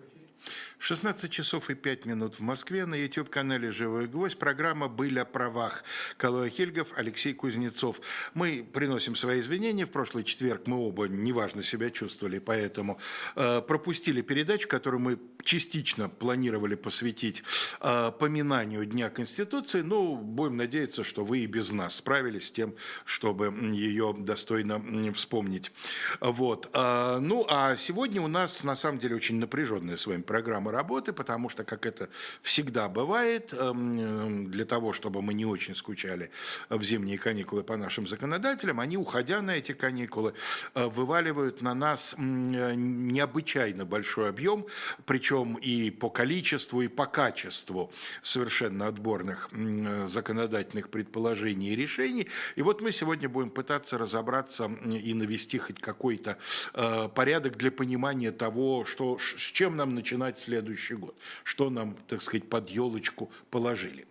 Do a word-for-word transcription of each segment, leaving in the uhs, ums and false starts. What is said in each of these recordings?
шестнадцать часов и пять минут в Москве. На YouTube-канале «Живой гвоздь» программа «Быль о правах». Калоя Хильгов, Алексей Кузнецов. Мы приносим свои извинения. В прошлый четверг мы оба неважно себя чувствовали, поэтому э, пропустили передачу, которую мы частично планировали посвятить э, поминанию Дня Конституции. Ну, будем надеяться, что вы и без нас справились с тем, чтобы ее достойно вспомнить. Вот. А, ну, а сегодня у нас, на самом деле, очень напряженная с вами программа работы, потому что, как это всегда бывает, для того, чтобы мы не очень скучали в зимние каникулы по нашим законодателям, они, уходя на эти каникулы, вываливают на нас необычайно большой объем, причем и по количеству, и по качеству совершенно отборных законодательных предположений и решений. И вот мы сегодня будем пытаться разобраться и навести хоть какой-то порядок для понимания того, что, с чем нам начинать следующий год, что нам, так сказать, под елочку положили.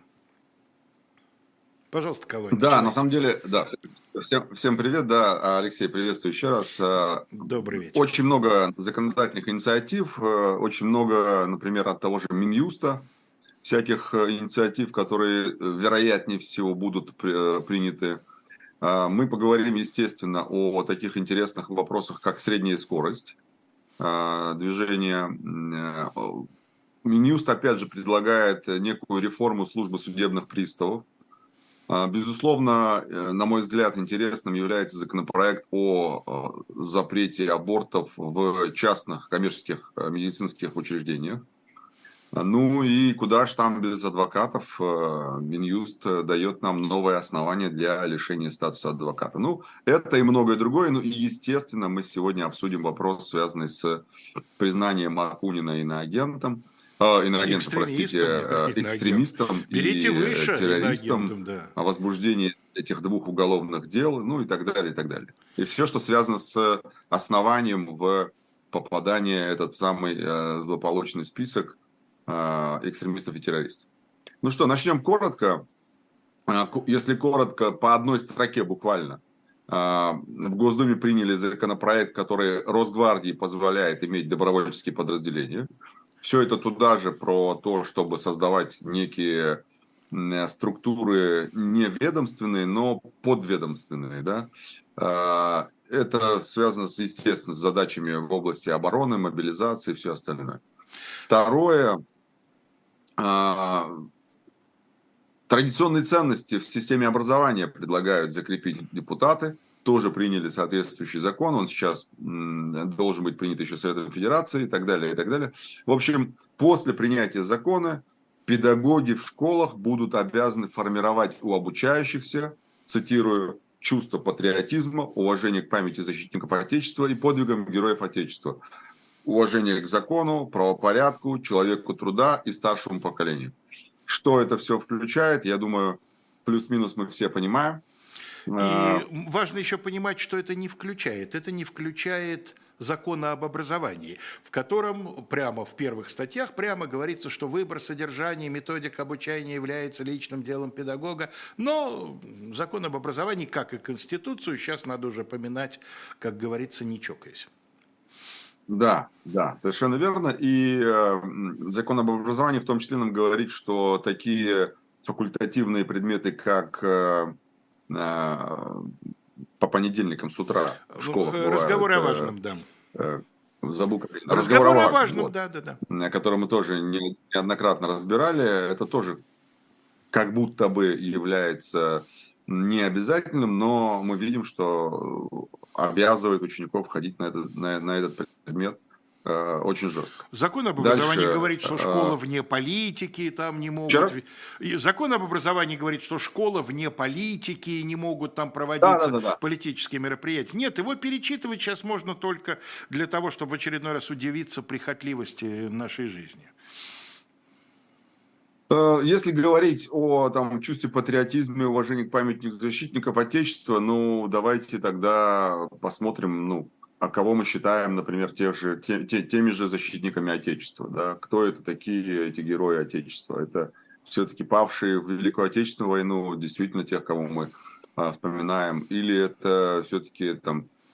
Пожалуйста, Калоя, Да, начинайте. на самом деле, да. Всем, всем привет, да, Алексей, приветствую еще раз. Добрый вечер. Очень много законодательных инициатив, очень много, например, от того же Минюста, всяких инициатив, которые, вероятнее всего, будут приняты. Мы поговорим, естественно, о таких интересных вопросах, как средняя скорость движения. Минюст, опять же, предлагает некую реформу службы судебных приставов. Безусловно, на мой взгляд, интересным является законопроект о запрете абортов в частных коммерческих медицинских учреждениях. Ну и куда ж там без адвокатов, Минюст дает нам новое основание для лишения статуса адвоката. Ну, это и многое другое. Ну и, естественно, мы сегодня обсудим вопрос, связанный с признанием Акунина иноагентом. Иноагентом, простите, экстремистом Берите и выше, террористом, да. возбуждение этих двух уголовных дел, ну и так далее, и так далее. И все, что связано с основанием в попадание в этот самый злополучный список экстремистов и террористов. Ну что, начнем коротко. Если коротко, по одной строке буквально. В Госдуме приняли законопроект, который Росгвардии позволяет иметь добровольческие подразделения. Все это туда же про то, чтобы создавать некие структуры не ведомственные, но подведомственные. Да? Это связано, естественно, с задачами в области обороны, мобилизации и все остальное. Второе. Традиционные ценности в системе образования предлагают закрепить депутаты. Тоже приняли соответствующий закон. Он сейчас должен быть принят еще Советом Федерации и так далее, и так далее. В общем, после принятия закона педагоги в школах будут обязаны формировать у обучающихся, цитирую, чувство патриотизма, уважение к памяти защитников Отечества и подвигам героев Отечества, уважение к закону, правопорядку, человеку труда и старшему поколению. Что это все включает, я думаю, плюс-минус мы все понимаем. И важно еще понимать, что это не включает. Это не включает закона об образовании, в котором прямо в первых статьях прямо говорится, что выбор содержания, методик обучения является личным делом педагога. Но закон об образовании, как и Конституцию, сейчас надо уже поминать, как говорится, не чокаясь. Да, да, совершенно верно. И э, закон об образовании в том числе нам говорит, что такие факультативные предметы, как э, э, по понедельникам с утра в школах бывают, разговор о важном, да. Э, забыл, как... Разговор, разговор о важном, вот, да, да, да. Который мы тоже неоднократно разбирали, это тоже как будто бы является не обязательным, но мы видим, что обязывает учеников ходить на этот, на, на этот предмет э, очень жестко. Закон об образовании Дальше, говорит, что школа вне политики там не могут... Закон об образовании говорит, что школа вне политики не могут там проводиться да, да, да. политические мероприятия. Нет, его перечитывать сейчас можно только для того, чтобы в очередной раз удивиться прихотливости нашей жизни. Если говорить о там, чувстве патриотизма и уважении к памяти защитников Отечества, ну, давайте тогда посмотрим, ну, а кого мы считаем, например, тех же, те, те, теми же защитниками Отечества. Да? Кто это такие, эти герои Отечества? Это все-таки павшие в Великую Отечественную войну, действительно тех, кого мы а, вспоминаем? Или это все-таки там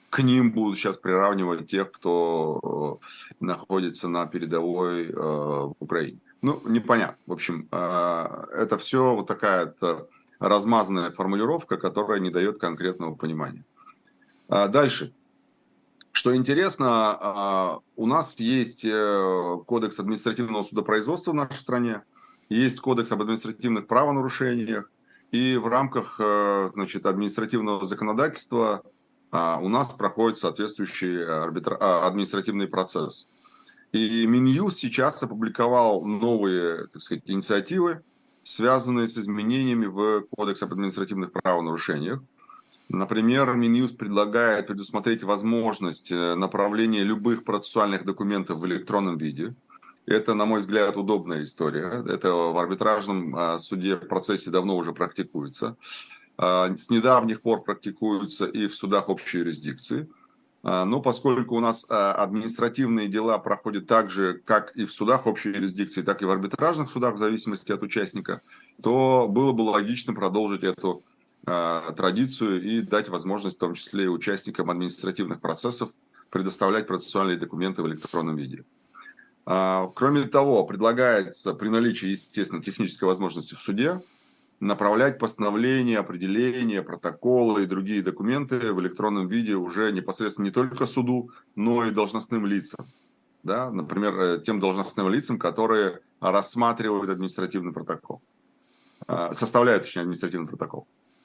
к ним будут сейчас приравнивать тех, кто находится на передовой э, в Украине. Ну, непонятно. В общем, э, это все вот такая размазанная формулировка, которая не дает конкретного понимания. А дальше. Что интересно, у нас есть кодекс административного судопроизводства в нашей стране, есть кодекс об административных правонарушениях, и в рамках, значит, административного законодательства у нас проходит соответствующий арбитра... административный процесс. И Минюст сейчас опубликовал новые, так сказать, инициативы, связанные с изменениями в кодекс об административных правонарушениях. Например, Минюст предлагает предусмотреть возможность направления любых процессуальных документов в электронном виде. Это, на мой взгляд, удобная история. Это в арбитражном суде в процессе давно уже практикуется. С недавних пор практикуется и в судах общей юрисдикции. Но поскольку у нас административные дела проходят так же, как и в судах общей юрисдикции, так и в арбитражных судах, в зависимости от участника, то было бы логично продолжить эту традицию и дать возможность, в том числе и участникам административных процессов, предоставлять процессуальные документы в электронном виде. Кроме того, предлагается при наличии, естественно, технической возможности в суде направлять постановления, определения, протоколы и другие документы в электронном виде уже непосредственно не только суду, но и должностным лицам. Да? Например, тем должностным лицам, которые рассматривают административный протокол, составляют, точнее, административный протокол.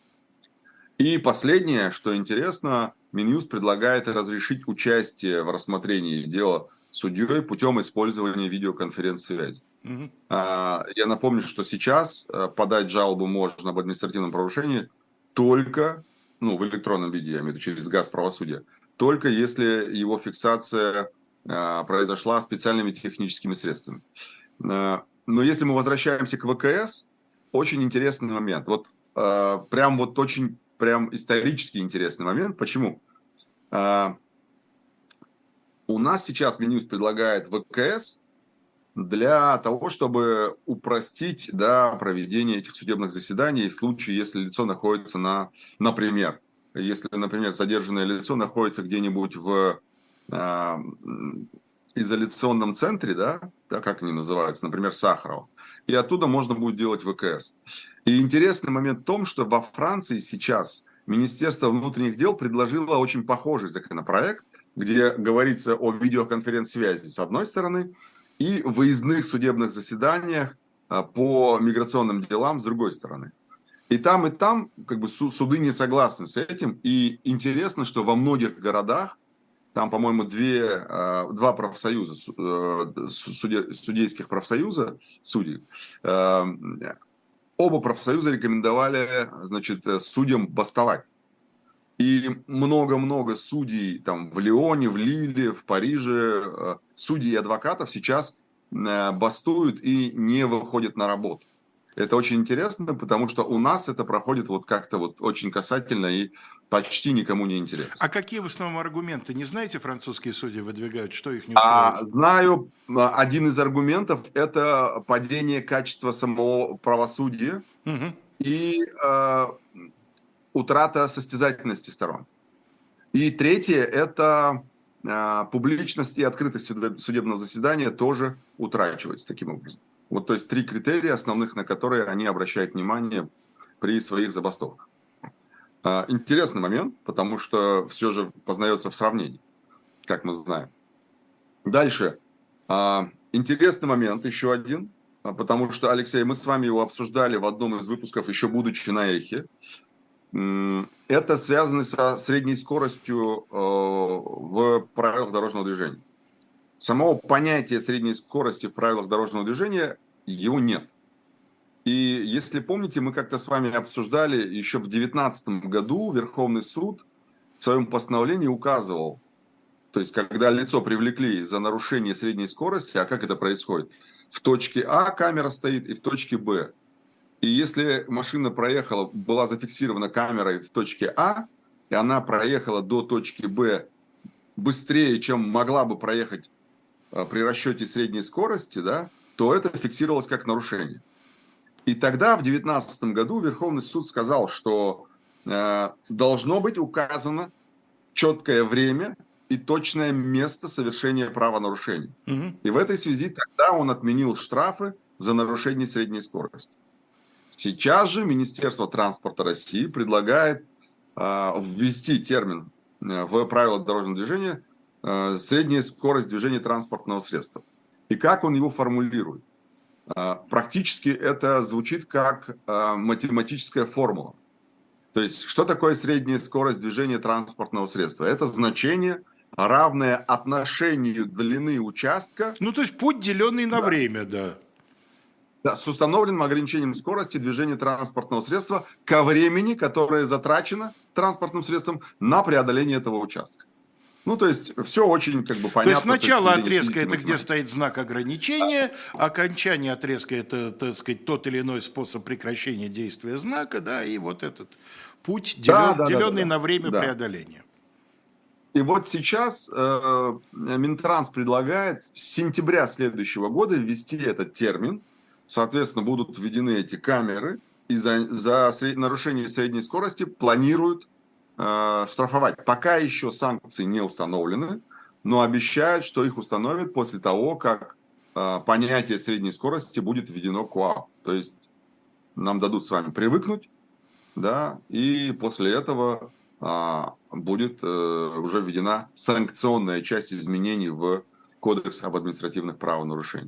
И последнее, что интересно, Минюст предлагает разрешить участие в рассмотрении дела судьей путем использования видеоконференц-связи. Mm-hmm. Я напомню, что сейчас подать жалобу можно об административном правонарушении только, ну, в электронном виде, я имею в виду через газ правосудия, только если его фиксация произошла специальными техническими средствами. Но если мы возвращаемся к ВКС, очень интересный момент. Вот прям вот очень прям исторически интересный момент. Почему? У нас сейчас Минюст предлагает ВКС для того, чтобы упростить, да, проведение этих судебных заседаний в случае, если лицо находится на, например, если, например, задержанное лицо находится где-нибудь в э, изоляционном центре, да, да, как они называются, например, Сахарова, и оттуда можно будет делать ВКС. И интересный момент в том, что во Франции сейчас Министерство внутренних дел предложило очень похожий законопроект, где говорится о видеоконференц-связи с одной стороны и выездных судебных заседаниях по миграционным делам с другой стороны. И там, и там как бы суды не согласны с этим. И интересно, что во многих городах, там, по-моему, две, два профсоюза, суде, судейских профсоюза, судей, оба профсоюза рекомендовали, значит, судьям бастовать. И много-много судей там в Лионе, в Лиле, в Париже, судей и адвокатов сейчас бастуют и не выходят на работу. Это очень интересно, потому что у нас это проходит вот как-то вот очень касательно и почти никому не интересно. А какие в основном аргументы? Не знаете, французские судьи выдвигают, что их не устраивает? А, знаю, один из аргументов – это падение качества самого правосудия угу. и э, утрата состязательности сторон. И третье – это э, публичность и открытость судебного заседания тоже утрачивается таким образом. Вот, то есть три критерия основных, на которые они обращают внимание при своих забастовках. Э, интересный момент, потому что все же познается в сравнении, как мы знаем. Дальше. Э, интересный момент, еще один, потому что, Алексей, мы с вами его обсуждали в одном из выпусков, еще будучи на Эхе. Это связано со средней скоростью в правилах дорожного движения. Самого понятия средней скорости в правилах дорожного движения, его нет. И если помните, мы как-то с вами обсуждали, еще в две тысячи девятнадцатом году Верховный суд в своем постановлении указывал, то есть когда лицо привлекли за нарушение средней скорости, а как это происходит? В точке А камера стоит и в точке Б. И если машина проехала, была зафиксирована камерой в точке А, и она проехала до точки Б быстрее, чем могла бы проехать при расчете средней скорости, да, то это фиксировалось как нарушение. И тогда, в две тысячи девятнадцатом году, Верховный суд сказал, что э, должно быть указано четкое время и точное место совершения правонарушения. Угу. И в этой связи тогда он отменил штрафы за нарушение средней скорости. Сейчас же Министерство транспорта России предлагает э, ввести термин в правила дорожного движения э, средняя скорость движения транспортного средства. И как он его формулирует? Э, практически это звучит как э, математическая формула. То есть, что такое средняя скорость движения транспортного средства? Это значение, равное отношению длины участка. Ну, то есть путь, деленный на да. время, да. Да, с установленным ограничением скорости движения транспортного средства ко времени, которое затрачено транспортным средством на преодоление этого участка. Ну, то есть, все очень как бы понятно. То есть, начало отрезка – это где стоит знак ограничения, да. Окончание отрезка – это, так сказать, тот или иной способ прекращения действия знака, да, и вот этот путь, да, делен, да, деленный да, да, на время да. преодоления. И вот сейчас э, Минтранс предлагает с сентября следующего года ввести этот термин. Соответственно, будут введены эти камеры, и за, за сред... нарушение средней скорости планируют э, штрафовать. Пока еще санкции не установлены, но обещают, что их установят после того, как э, понятие средней скорости будет введено КОАП. То есть нам дадут с вами привыкнуть, да, и после этого э, будет э, уже введена санкционная часть изменений в Кодекс об административных правонарушениях.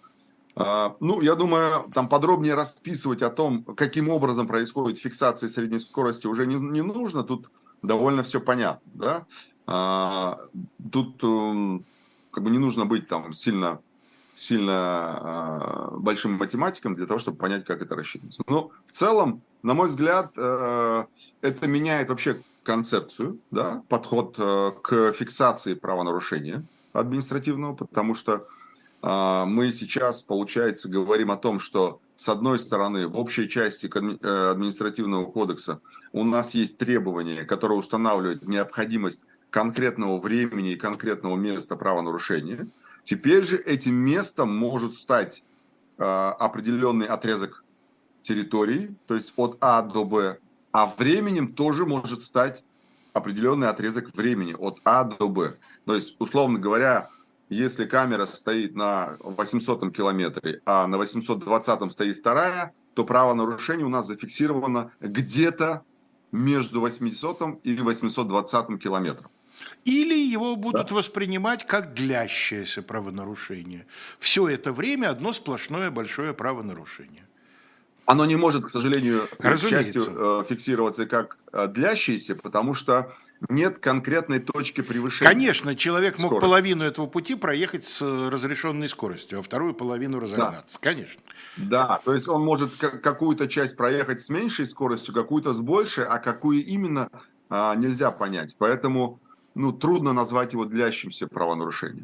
Ну, я думаю, там подробнее расписывать о том, каким образом происходит фиксация средней скорости, уже не, не нужно. Тут довольно все понятно, да. А, тут как бы не нужно быть там сильно, сильно а, большим математиком для того, чтобы понять, как это рассчитывается. Но в целом, на мой взгляд, а, это меняет вообще концепцию, да, подход а, к фиксации правонарушения административного, потому что мы сейчас, получается, говорим о том, что, с одной стороны, в общей части административного кодекса у нас есть требования, которые устанавливают необходимость конкретного времени и конкретного места правонарушения. Теперь же этим местом может стать определенный отрезок территории, то есть от А до Б, а временем тоже может стать определенный отрезок времени от А до Б. То есть, условно говоря, если камера стоит на восьмисотом километре, а на восемьсот двадцатом стоит вторая, то правонарушение у нас зафиксировано где-то между восьмисотым и восьмисот двадцатым километром. Или его будут да. воспринимать как длящееся правонарушение. Все это время одно сплошное большое правонарушение. Оно не может, к сожалению, к счастью, фиксироваться как длящееся, потому что нет конкретной точки превышения. Конечно, человек мог скорости. половину этого пути проехать с разрешенной скоростью, а вторую половину разогнаться. Да. Конечно. Да, то есть он может какую-то часть проехать с меньшей скоростью, какую-то с большей, а какую именно нельзя понять. Поэтому ну, трудно назвать его длящимся правонарушением.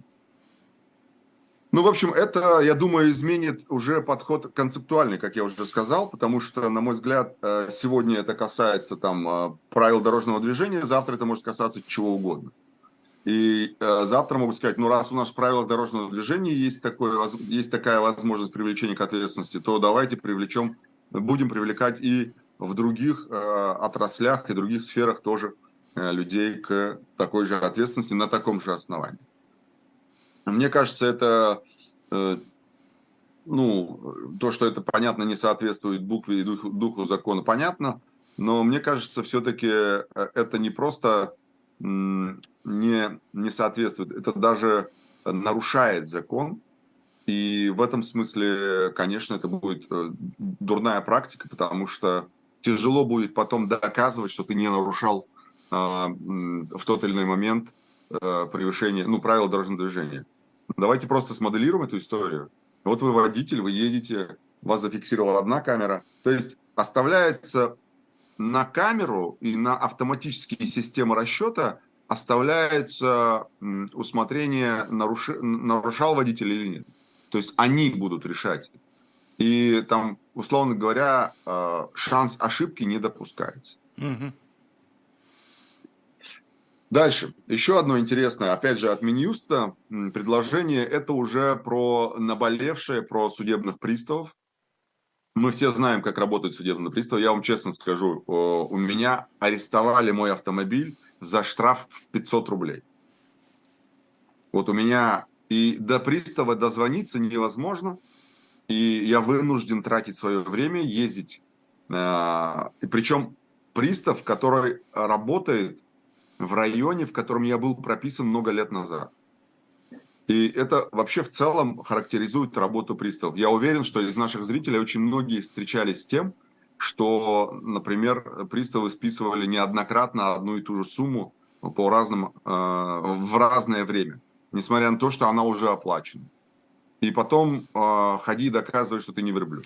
Ну, в общем, это, я думаю, изменит уже подход концептуальный, как я уже сказал, потому что, на мой взгляд, сегодня это касается там правил дорожного движения, завтра это может касаться чего угодно. И завтра могут сказать, ну, раз у нас в правилах дорожного движения есть, такое, есть такая возможность привлечения к ответственности, то давайте привлечем, будем привлекать и в других отраслях и других сферах тоже людей к такой же ответственности на таком же основании. Мне кажется, это, э, ну, то, что это, понятно, не соответствует букве и духу, духу закона, понятно, но мне кажется, все-таки это не просто м, не, не соответствует, это даже нарушает закон, и в этом смысле, конечно, это будет дурная практика, потому что тяжело будет потом доказывать, что ты не нарушал э, в тот или иной момент э, превышение, ну, правил дорожного движения. Давайте просто смоделируем эту историю. Вот вы водитель, вы едете, вас зафиксировала одна камера. То есть оставляется на камеру и на автоматические системы расчета оставляется усмотрение, наруши, нарушал водитель или нет. То есть они будут решать. И там, условно говоря, шанс ошибки не допускается. Угу. Дальше. Еще одно интересное, опять же, от Минюста предложение, это уже про наболевшее, про судебных приставов. Мы все знаем, как работают судебные приставы. Я вам честно скажу, у меня арестовали мой автомобиль за штраф в пятьсот рублей. Вот у меня и до пристава дозвониться невозможно, и я вынужден тратить свое время, ездить. И причем пристав, который работает в районе, в котором я был прописан много лет назад. И это вообще в целом характеризует работу приставов. Я уверен, что из наших зрителей очень многие встречались с тем, что, например, приставы списывали неоднократно одну и ту же сумму по разным, в разное время, несмотря на то, что она уже оплачена. И потом ходи и доказывай, что ты не верблюд.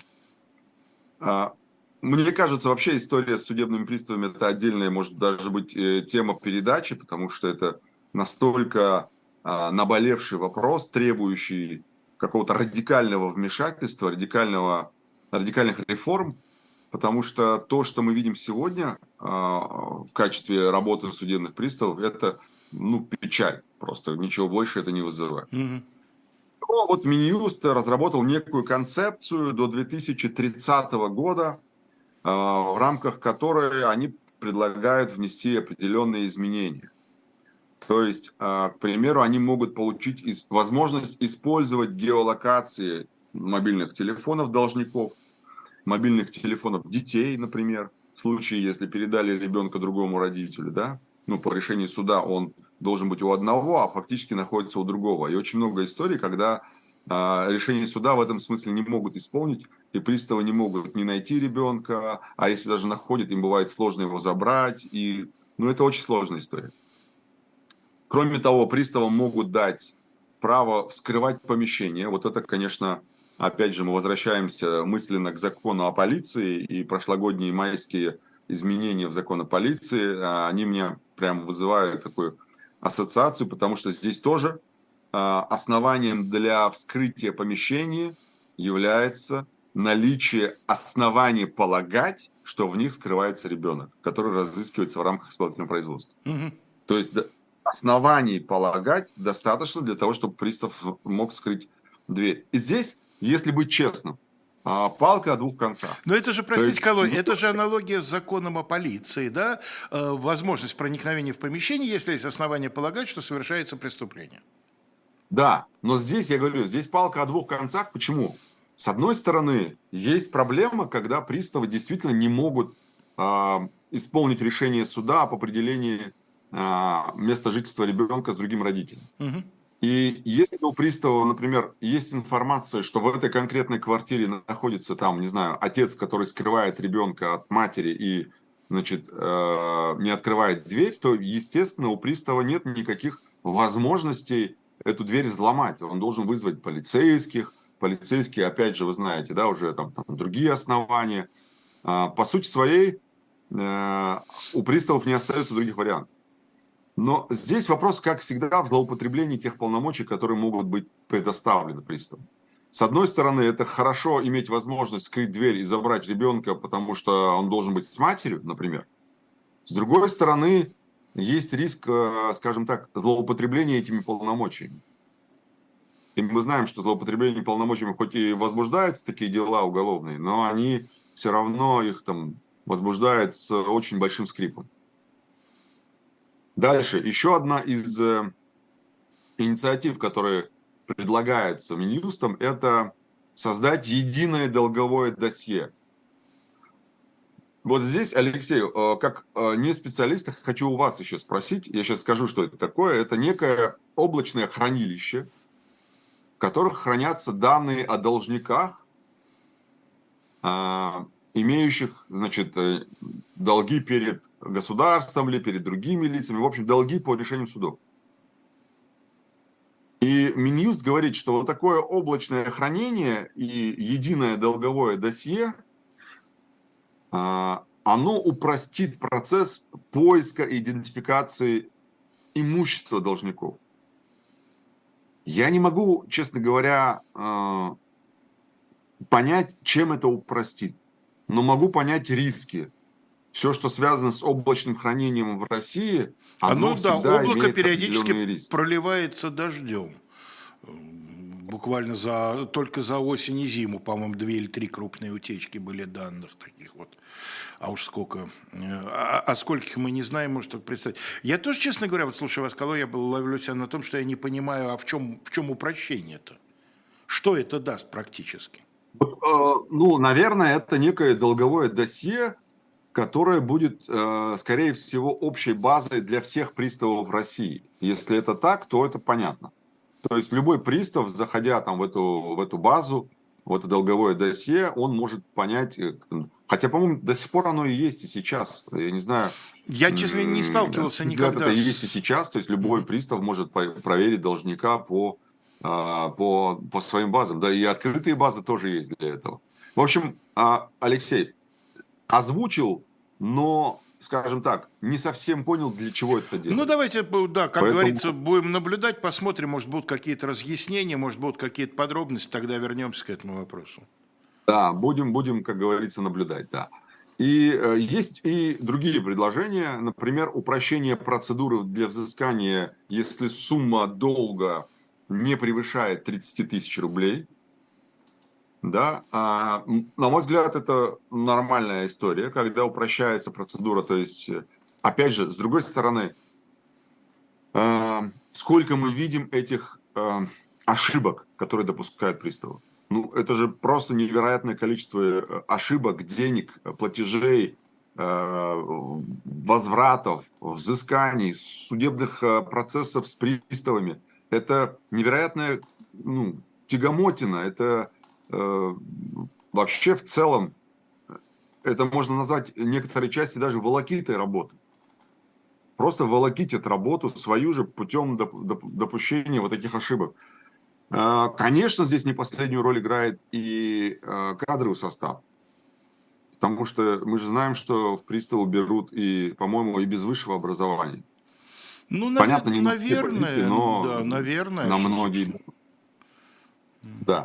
Мне кажется, вообще история с судебными приставами – это отдельная, может даже быть, тема передачи, потому что это настолько наболевший вопрос, требующий какого-то радикального вмешательства, радикального, радикальных реформ, потому что то, что мы видим сегодня в качестве работы судебных приставов, это ну, печаль, просто ничего больше это не вызывает. Mm-hmm. Но вот Минюст разработал некую концепцию до две тысячи тридцатого года, в рамках которой они предлагают внести определенные изменения. То есть, к примеру, они могут получить возможность использовать геолокации мобильных телефонов должников, мобильных телефонов детей, например, в случае, если передали ребенка другому родителю, да, ну, по решению суда он должен быть у одного, а фактически находится у другого. И очень много историй, когда а, решение суда в этом смысле не могут исполнить, и приставы не могут не найти ребенка, а если даже находят, им бывает сложно его забрать, и, ну, это очень сложная история. Кроме того, приставам могут дать право вскрывать помещение. Вот это, конечно, опять же, мы возвращаемся мысленно к закону о полиции, и прошлогодние майские изменения в закон о полиции, они меня прям вызывают такую ассоциацию, потому что здесь тоже основанием для вскрытия помещения является наличие оснований полагать, что в них скрывается ребенок, который разыскивается в рамках исполнительного производства. Угу. То есть оснований полагать достаточно для того, чтобы пристав мог скрыть дверь. И здесь, если быть честным, палка о двух концах. Но это же, простите, есть... Калой, это же аналогия с законом о полиции, да? Возможность проникновения в помещение, если есть основания полагать, что совершается преступление. Да, но здесь, я говорю, здесь палка о двух концах. Почему? С одной стороны, есть проблема, когда приставы действительно не могут э, исполнить решение суда об определении э, места жительства ребенка с другим родителем. Угу. И если у пристава, например, есть информация, что в этой конкретной квартире находится там, не знаю, отец, который скрывает ребенка от матери и, значит, э, не открывает дверь, то, естественно, у пристава нет никаких возможностей эту дверь взломать. Он должен вызвать полицейских. Полицейские, опять же, вы знаете, да, уже там, там другие основания. Э, по сути своей, э, у приставов не остается других вариантов. Но здесь вопрос, как всегда, в злоупотреблении тех полномочий, которые могут быть предоставлены приставам. С одной стороны, это хорошо иметь возможность скрыть дверь и забрать ребенка, потому что он должен быть с матерью, например. С другой стороны, есть риск, скажем так, злоупотребления этими полномочиями. И мы знаем, что злоупотребление полномочиями хоть и возбуждаются такие дела уголовные, но они все равно их там возбуждают с очень большим скрипом. Дальше, еще одна из э, инициатив, которые предлагаются Минюстом, это создать единое долговое досье. Вот здесь, Алексей, э, как э, не специалиста, хочу у вас еще спросить, я сейчас скажу, что это такое. Это некое облачное хранилище, в которых хранятся данные о должниках, э, имеющих, значит, долги перед государством или перед другими лицами, в общем, долги по решениям судов. И Минюст говорит, что вот такое облачное хранение и единое долговое досье, оно упростит процесс поиска и идентификации имущества должников. Я не могу, честно говоря, понять, чем это упростит. Но могу понять риски. Все, что связано с облачным хранением в России, оно, оно всегда да, облако имеет периодически определенные риски. проливается дождем. буквально за, только за осень и зиму, по-моему, две или три крупные утечки были данных таких вот. А уж сколько, а, а скольких мы не знаем, может только представить. Я тоже, честно говоря, вот слушая вас, Калой, я ловлю себя на том, что я не понимаю, а в чем, в чем упрощение-то? Что это даст практически? Ну, наверное, это некое долговое досье, которое будет, скорее всего, общей базой для всех приставов в России. Если это так, то это понятно. То есть любой пристав, заходя там в эту, в эту базу, в это долговое досье, он может понять, хотя, по-моему, до сих пор оно и есть и сейчас. Я не знаю. Я, честно, не сталкивался никогда. Это и есть и сейчас, то есть любой пристав может проверить должника по, по, по своим базам. Да, и открытые базы тоже есть для этого. В общем, Алексей озвучил, но, скажем так, не совсем понял, для чего это делается. Ну, давайте, да, как Поэтому... говорится, будем наблюдать, посмотрим, может, будут какие-то разъяснения, может, будут какие-то подробности, тогда вернемся к этому вопросу. Да, будем, будем, как говорится, наблюдать, да. И э, есть и другие предложения, например, упрощение процедуры для взыскания, если сумма долга не превышает тридцать тысяч рублей. Да, а, на мой взгляд, это нормальная история, когда упрощается процедура. То есть, опять же, с другой стороны, э, сколько мы видим этих э, ошибок, которые допускают приставы. Ну, это же просто невероятное количество ошибок, денег, платежей, э, возвратов, взысканий, судебных процессов с приставами. Это невероятная, ну, тягомотина, это вообще в целом, это можно назвать некоторые части даже волокитой работы. Просто волокитят работу свою же путем допущения вот таких ошибок. Конечно, здесь не последнюю роль играет и кадровый состав. Потому что мы же знаем, что в приставы берут и, по-моему, и без высшего образования. Ну, понятно, навер- не наверное, позиции, но да, наверное. на многие... Да.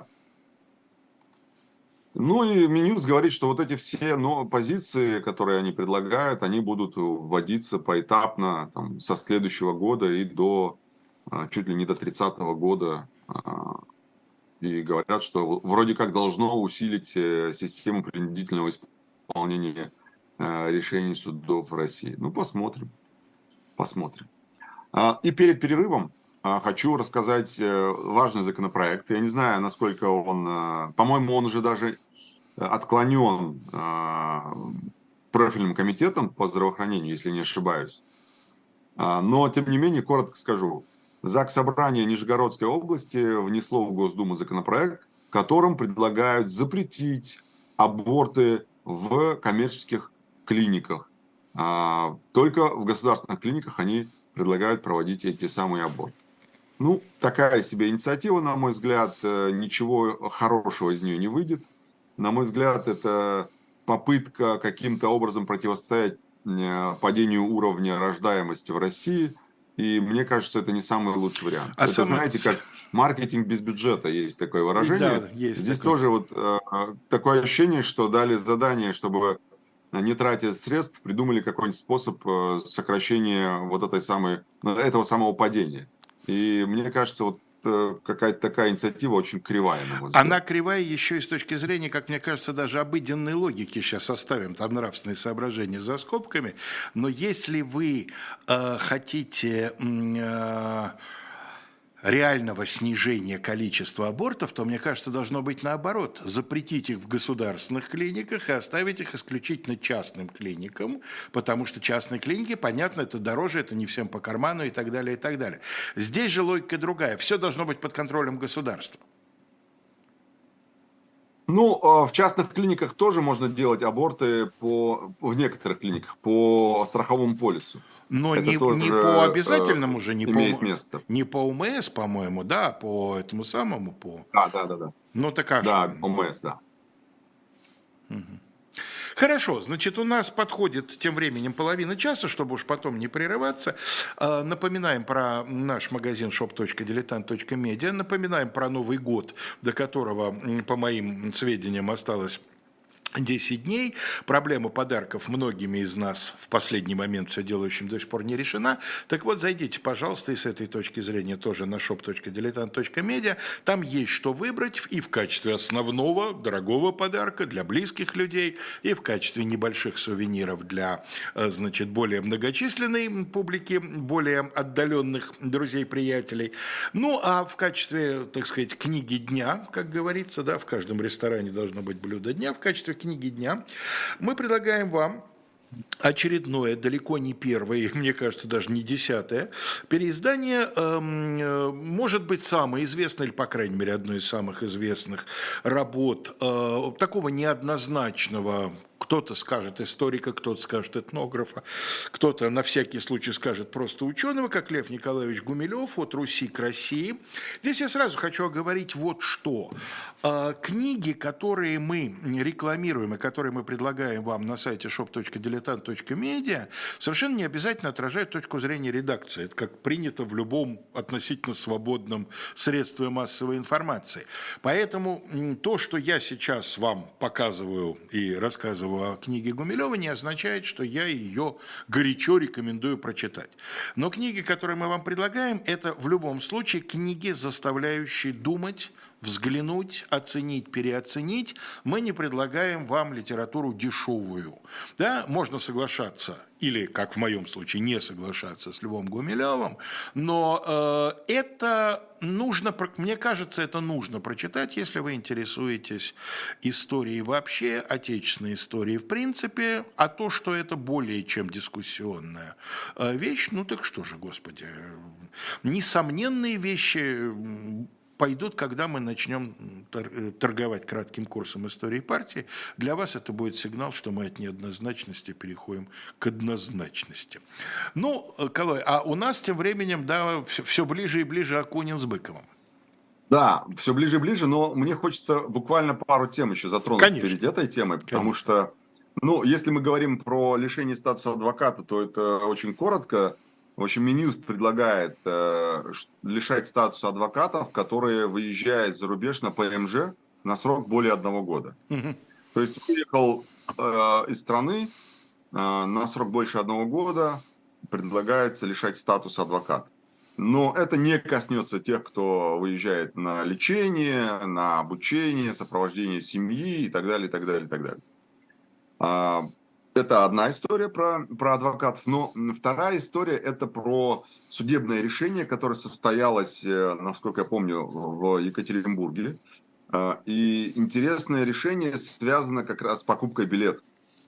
Ну и Минюст говорит, что вот эти все но, позиции, которые они предлагают, они будут вводиться поэтапно там, со следующего года и до чуть ли не до тридцатого года. И говорят, что вроде как должно усилить систему принудительного исполнения решений судов в России. Ну, посмотрим. Посмотрим. И перед перерывом хочу рассказать важный законопроект. Я не знаю, насколько он... По-моему, он уже даже отклонен профильным комитетом по здравоохранению, если не ошибаюсь. Но, тем не менее, коротко скажу. Заксобрание Нижегородской области внесло в Госдуму законопроект, которым предлагают запретить аборты в коммерческих клиниках. Только в государственных клиниках они предлагают проводить эти самые аборты. Ну, такая себе инициатива, на мой взгляд, ничего хорошего из нее не выйдет. На мой взгляд, это попытка каким-то образом противостоять падению уровня рождаемости в России. И мне кажется, это не самый лучший вариант. А это, сам... знаете, как маркетинг без бюджета, есть такое выражение. Да, есть Здесь такое. Тоже вот э, такое ощущение, что дали задание, чтобы, не тратя средств, придумали какой-нибудь способ э, сокращения вот этой самой, этого самого падения. И мне кажется, вот какая-то такая инициатива очень кривая, на мой взгляд. Она кривая еще и с точки зрения, как мне кажется, даже обыденной логики. Сейчас оставим там нравственные соображения за скобками. Но если вы э, хотите э, реального снижения количества абортов, то, мне кажется, должно быть наоборот. Запретить их в государственных клиниках и оставить их исключительно частным клиникам, потому что частные клиники, понятно, это дороже, это не всем по карману и так далее, и так далее. Здесь же логика другая. Все должно быть под контролем государства. Ну, в частных клиниках тоже можно делать аборты по, в некоторых клиниках по страховому полису. Но не, не по обязательному же, не имеет по, место. Не по УМС, по-моему, да, по этому самому, по... Да, да, да. да. Ну, так а Да, что? УМС, да. Угу. Хорошо, значит, у нас подходит тем временем половина часа, чтобы уж потом не прерываться. Напоминаем про наш магазин шоп точка дилетант точка медиа, напоминаем про Новый год, до которого, по моим сведениям, осталось десять дней. Проблема подарков многими из нас в последний момент все делающим до сих пор не решена. Так вот, зайдите, пожалуйста, и с этой точки зрения тоже на шоп точка дилетант точка медиа. Там есть что выбрать и в качестве основного дорогого подарка для близких людей, и в качестве небольших сувениров для, значит, более многочисленной публики, более отдаленных друзей, приятелей. Ну, а в качестве, так сказать, книги дня, как говорится, да, в каждом ресторане должно быть блюдо дня, в качестве книги дня мы предлагаем вам очередное, далеко не первое, мне кажется, даже не десятое, переиздание, э, может быть, самое известное, или, по крайней мере, одно из самых известных работ э, такого неоднозначного, кто-то скажет историка, кто-то скажет этнографа, кто-то на всякий случай скажет просто ученого, как Лев Николаевич Гумилев «От Руси к России». Здесь я сразу хочу оговорить вот что. Книги, которые мы рекламируем и которые мы предлагаем вам на сайте шоп точка дилетант точка медиа, совершенно не обязательно отражают точку зрения редакции. Это как принято в любом относительно свободном средстве массовой информации. Поэтому то, что я сейчас вам показываю и рассказываю о книге Гумилева, не означает, что я ее горячо рекомендую прочитать. Но книги, которые мы вам предлагаем, это в любом случае книги, заставляющие думать, взглянуть, оценить, переоценить. Мы не предлагаем вам литературу дешевую. Да, можно соглашаться или, как в моем случае, не соглашаться с Львом Гумилевым, но э, это нужно, мне кажется, это нужно прочитать, если вы интересуетесь историей вообще, отечественной историей в принципе, а то, что это более чем дискуссионная вещь, ну так что же, господи, несомненные вещи пойдут, когда мы начнем торговать кратким курсом истории партии. Для вас это будет сигнал, что мы от неоднозначности переходим к однозначности. Ну, Калой, а у нас тем временем, да, все, все ближе и ближе Акунин с Быковым. Да, все ближе и ближе, но мне хочется буквально пару тем еще затронуть Конечно. перед этой темой, потому Конечно. что, ну, если мы говорим про лишение статуса адвоката, то это очень коротко. В общем, Минюст предлагает э, лишать статуса адвокатов, которые выезжают за рубеж на ПМЖ на срок более одного года. Угу. То есть уехал э, из страны э, на срок больше одного года, предлагается лишать статуса адвоката. Но это не коснется тех, кто выезжает на лечение, на обучение, сопровождение семьи и так далее, и так далее, и так далее. А, Это одна история про, про адвокатов, но вторая история – это про судебное решение, которое состоялось, насколько я помню, в Екатеринбурге. И интересное решение связано как раз с покупкой билетов.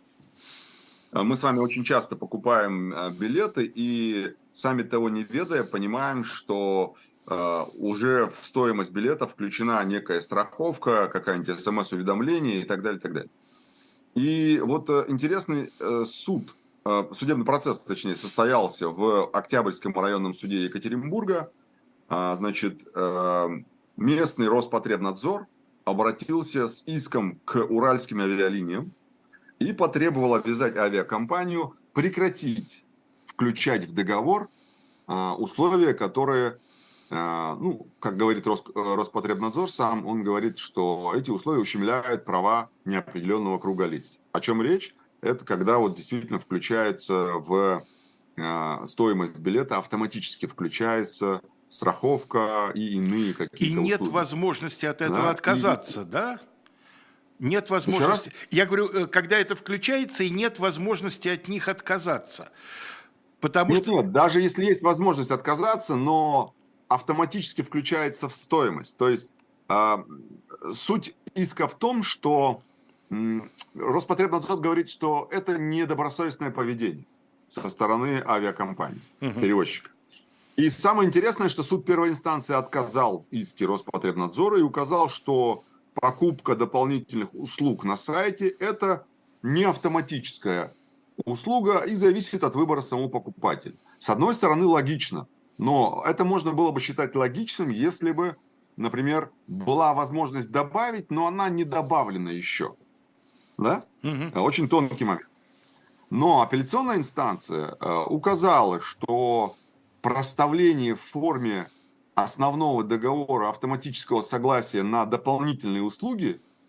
Мы с вами очень часто покупаем билеты и, сами того не ведая, понимаем, что уже в стоимость билета включена некая страховка, какая-нибудь смс-уведомление и так далее, и так далее. И вот интересный суд, судебный процесс, точнее, состоялся в Октябрьском районном суде Екатеринбурга. Значит, местный Роспотребнадзор обратился с иском к уральским авиалиниям и потребовал обязать авиакомпанию прекратить включать в договор условия, которые, ну, как говорит Роспотребнадзор сам, он говорит, что эти условия ущемляют права неопределенного круга лиц. О чем речь? Это когда вот действительно включается в стоимость билета, автоматически включается страховка и иные какие-то И нет услуги. возможности от этого да? отказаться, и... да? Нет возможности. Еще раз? Я говорю, когда это включается, и нет возможности от них отказаться. Потому нет, что... нет, даже если есть возможность отказаться, но автоматически включается в стоимость. То есть э, суть иска в том, что э, Роспотребнадзор говорит, что это недобросовестное поведение со стороны авиакомпании, угу. перевозчика. И самое интересное, что суд первой инстанции отказал в иске Роспотребнадзора и указал, что покупка дополнительных услуг на сайте – это не автоматическая услуга и зависит от выбора самого покупателя. С одной стороны, логично, но это можно было бы считать логичным, если бы, например, была возможность добавить, но она не добавлена еще. Да? Угу. Очень тонкий момент. Но апелляционная инстанция указала, что проставление в форме основного договора автоматического согласия на дополнительные услуги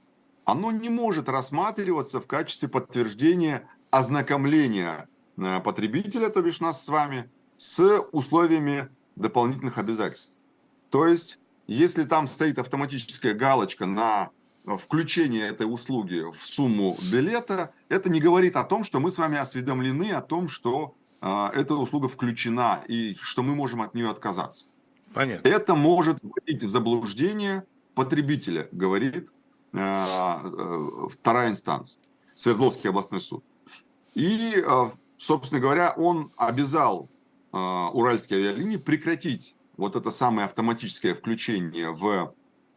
оно не может рассматриваться в качестве подтверждения ознакомления потребителя, то бишь нас с вами, с условиями дополнительных обязательств. То есть, если там стоит автоматическая галочка на включение этой услуги в сумму билета, это не говорит о том, что мы с вами осведомлены о том, что э, эта услуга включена и что мы можем от нее отказаться. Понятно. Это может вводить в заблуждение потребителя, говорит э, э, вторая инстанция, Свердловский областной суд. И, э, собственно говоря, он обязал э, Уральские авиалинии прекратить вот это самое автоматическое включение в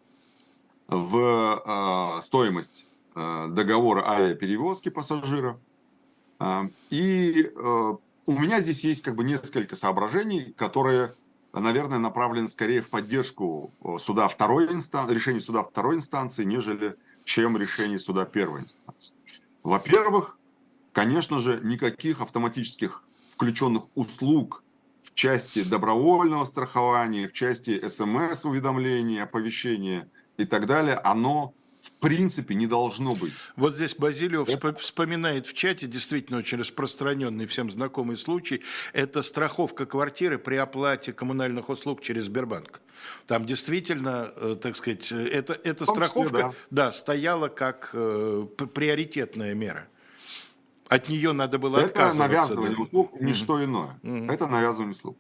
в э, стоимость э, договора авиаперевозки пассажиров. Э, и э, у меня здесь есть как бы несколько соображений, которые, наверное, направлены скорее в поддержку суда второй инстанции, решения суда второй инстанции, нежели чем решение суда первой инстанции. Во-первых, конечно же, никаких автоматических включенных услуг в части добровольного страхования, в части СМС-уведомления, оповещения и так далее, оно в принципе не должно быть. Вот здесь Базилио это... вспоминает в чате действительно очень распространенный, всем знакомый случай. Это страховка квартиры при оплате коммунальных услуг через Сбербанк. Там действительно, так сказать, это, эта страховка числе, да. Да, стояла как э, приоритетная мера. От нее надо было это отказываться. Это навязывание да. услуг, ничто mm-hmm. иное. Mm-hmm. Это навязывание услуг.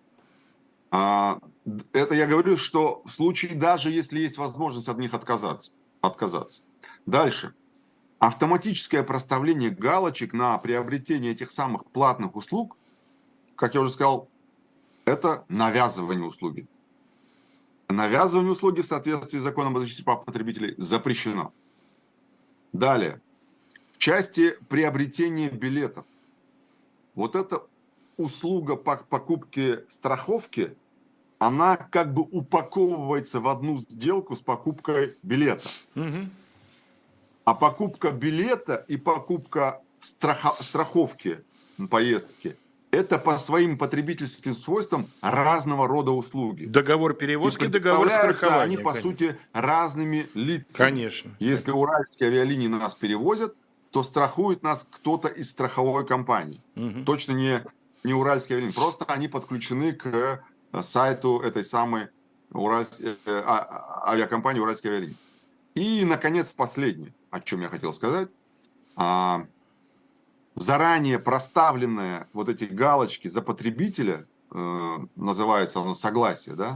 Это я говорю, что в случае, даже если есть возможность от них отказаться. отказаться. Дальше. Автоматическое проставление галочек на приобретение этих самых платных услуг, как я уже сказал, это навязывание услуги. Навязывание услуги в соответствии с законом о защите прав потребителей запрещено. Далее. В части приобретения билетов. Вот эта услуга по покупке страховки, она как бы упаковывается в одну сделку с покупкой билета. Угу. А покупка билета и покупка страха страховки поездки – это по своим потребительским свойствам разного рода услуги. Договор перевозки, договор страхования. Они, по конечно. сути, разными лицами. Конечно. Если Уральские авиалинии нас перевозят, то страхует нас кто-то из страховой компании. Угу. Точно не, не Уральские авиалинии. Просто они подключены к сайту этой самой Уральс... авиакомпании Уральские авиалинии. И, наконец, последнее, о чем я хотел сказать. А, заранее проставленные вот эти галочки за потребителя, э, называется оно согласие, да,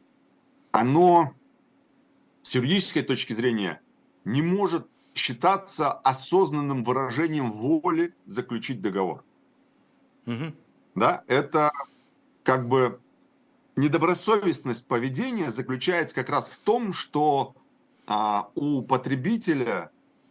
оно с юридической точки зрения не может считаться осознанным выражением воли заключить договор. Угу. Да, это как бы недобросовестность поведения заключается как раз в том, что а, у потребителя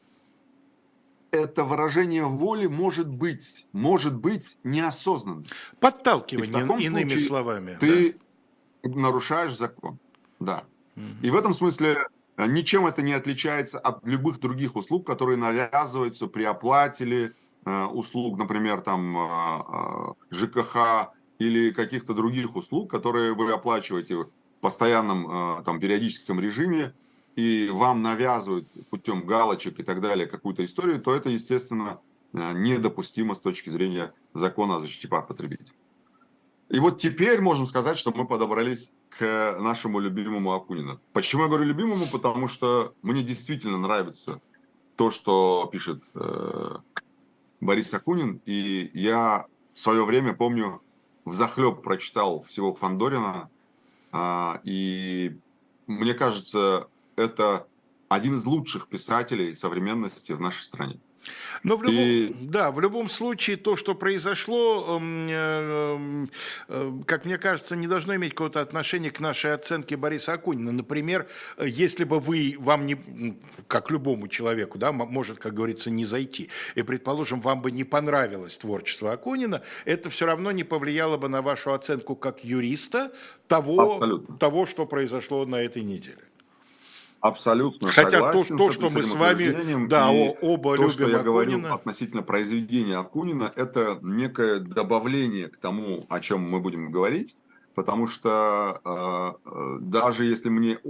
это выражение воли может быть, может быть неосознанным. Подталкивание, иными случае, словами. Ты да. нарушаешь закон. Да. Угу. И в этом смысле ничем это не отличается от любых других услуг, которые навязываются при оплате э, услуг, например, там э, ЖКХ или каких-то других услуг, которые вы оплачиваете в постоянном э, там, периодическом режиме, и вам навязывают путем галочек и так далее какую-то историю, то это, естественно, э, недопустимо с точки зрения закона о защите прав потребителей. И вот теперь можем сказать, что мы подобрались к нашему любимому Акунину. Почему я говорю любимому? Потому что мне действительно нравится то, что пишет э, Борис Акунин. И я в свое время, помню, взахлеб прочитал всего Фандорина. Э, и мне кажется, это один из лучших писателей современности в нашей стране. Но в любом, и... да, в любом случае то, что произошло, э, э, как мне кажется, не должно иметь какого-то отношения к нашей оценке Бориса Акунина. Например, если бы вы, вам не, как любому человеку, да, может, как говорится, не зайти, и, предположим, вам бы не понравилось творчество Акунина, это все равно не повлияло бы на вашу оценку как юриста того, того что произошло на этой неделе. Абсолютно Хотя согласен. то, то что мы с вами да, оба то, любим что я Акунина. говорю относительно произведения Акунина, это некое добавление к тому, о чем мы будем говорить, потому что э, даже если мне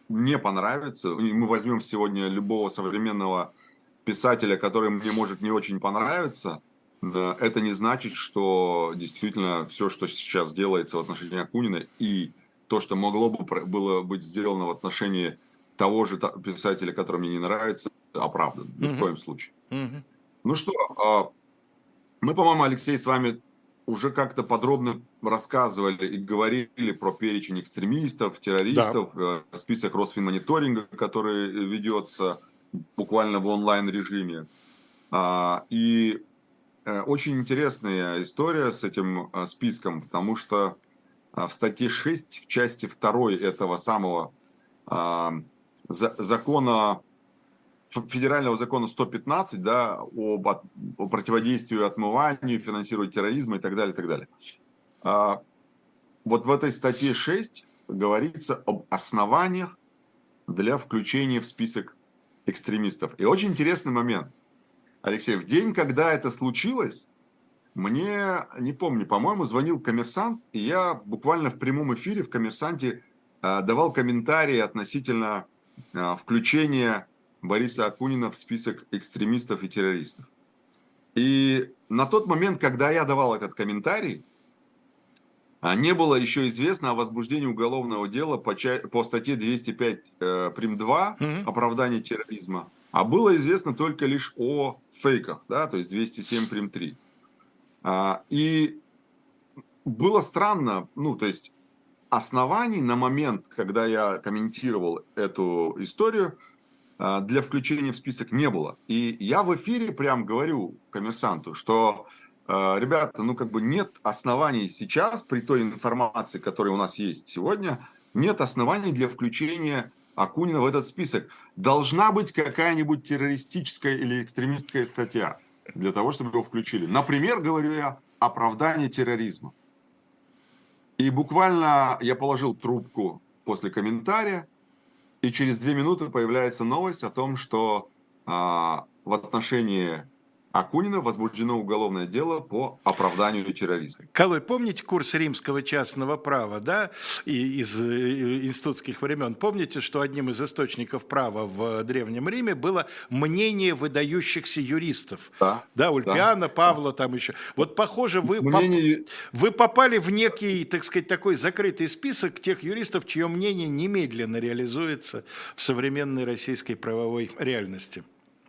не понравится. И мы возьмем сегодня любого современного писателя, который мне может не очень понравиться, да, это не значит, что действительно все, что сейчас делается в отношении Акунина, и то, что могло бы про- было быть сделано в отношении того же та- писателя, который мне не нравится, оправдано. Ни в Мгм. коем случае. Мгм. Ну что, а, мы, по-моему, Алексей, с вами уже как-то подробно рассказывали и говорили про перечень экстремистов, Да. террористов, э, список Росфинмониторинга, который ведется буквально в онлайн-режиме. А, И э, очень интересная история с этим э, списком, потому что а, в статье шесть, в части второй этого самого а, за- закона, ф- федерального закона сто пятнадцать, да, об, от- о противодействии отмыванию, финансированию терроризма и так далее, и так далее. А, Вот в этой статье шесть говорится об основаниях для включения в список экстремистов. И очень интересный момент. Алексей, в день, когда это случилось, мне, не помню, по-моему, звонил коммерсант, и я буквально в прямом эфире в «Коммерсанте» э, давал комментарии относительно э, включения Бориса Акунина в список экстремистов и террористов. И на тот момент, когда я давал этот комментарий, а, не было еще известно о возбуждении уголовного дела по, ча- по статье двести пять э, прим. два Мгм. «Оправдание терроризма», а было известно только лишь о фейках, да, то есть двести семь прим. три. А, И было странно, ну, то есть оснований на момент, когда я комментировал эту историю, а, для включения в список не было. И я в эфире прям говорю коммерсанту, что, э, ребята, ну как бы нет оснований сейчас, при той информации, которая у нас есть сегодня, нет оснований для включения Акунина в этот список. Должна быть какая-нибудь террористическая или экстремистская статья для того, чтобы его включили. Например, говорю я, оправдание терроризма. И буквально я положил трубку после комментария, и через две минуты появляется новость о том, что а, в отношении Акунина возбуждено уголовное дело по оправданию терроризма. Калой, помните курс римского частного права, да, и из э, институтских времен? Помните, что одним из источников права в Древнем Риме было мнение выдающихся юристов? Да, Да, да, Ульпиана, да. Павла там еще. Вот, похоже, вы, поп- Мнение, вы попали в некий, так сказать, такой закрытый список тех юристов, чье мнение немедленно реализуется в современной российской правовой реальности.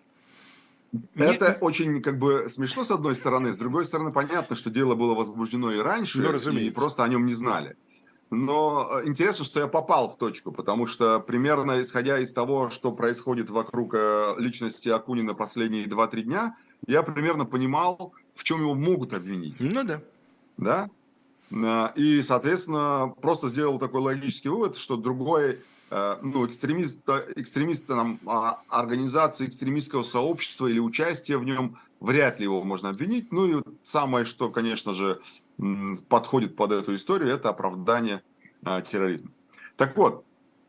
Не, это очень как бы смешно с одной стороны, с другой стороны понятно, что дело было возбуждено и ну, раньше, и разумеется. просто о нем не знали. Но э, интересно, что я попал в точку, потому что примерно исходя из того, что происходит вокруг э, личности Акунина последние два-три дня, я примерно понимал, в чем его могут обвинить. Ну да. Да? А, И, соответственно, просто сделал такой логический вывод, что другой, э, ну, экстремист, экстремист там, а, организации экстремистского сообщества или участие в нем, вряд ли его можно обвинить. Ну и вот самое, что, конечно же, м, подходит под эту историю, это оправдание а, терроризма. Так вот,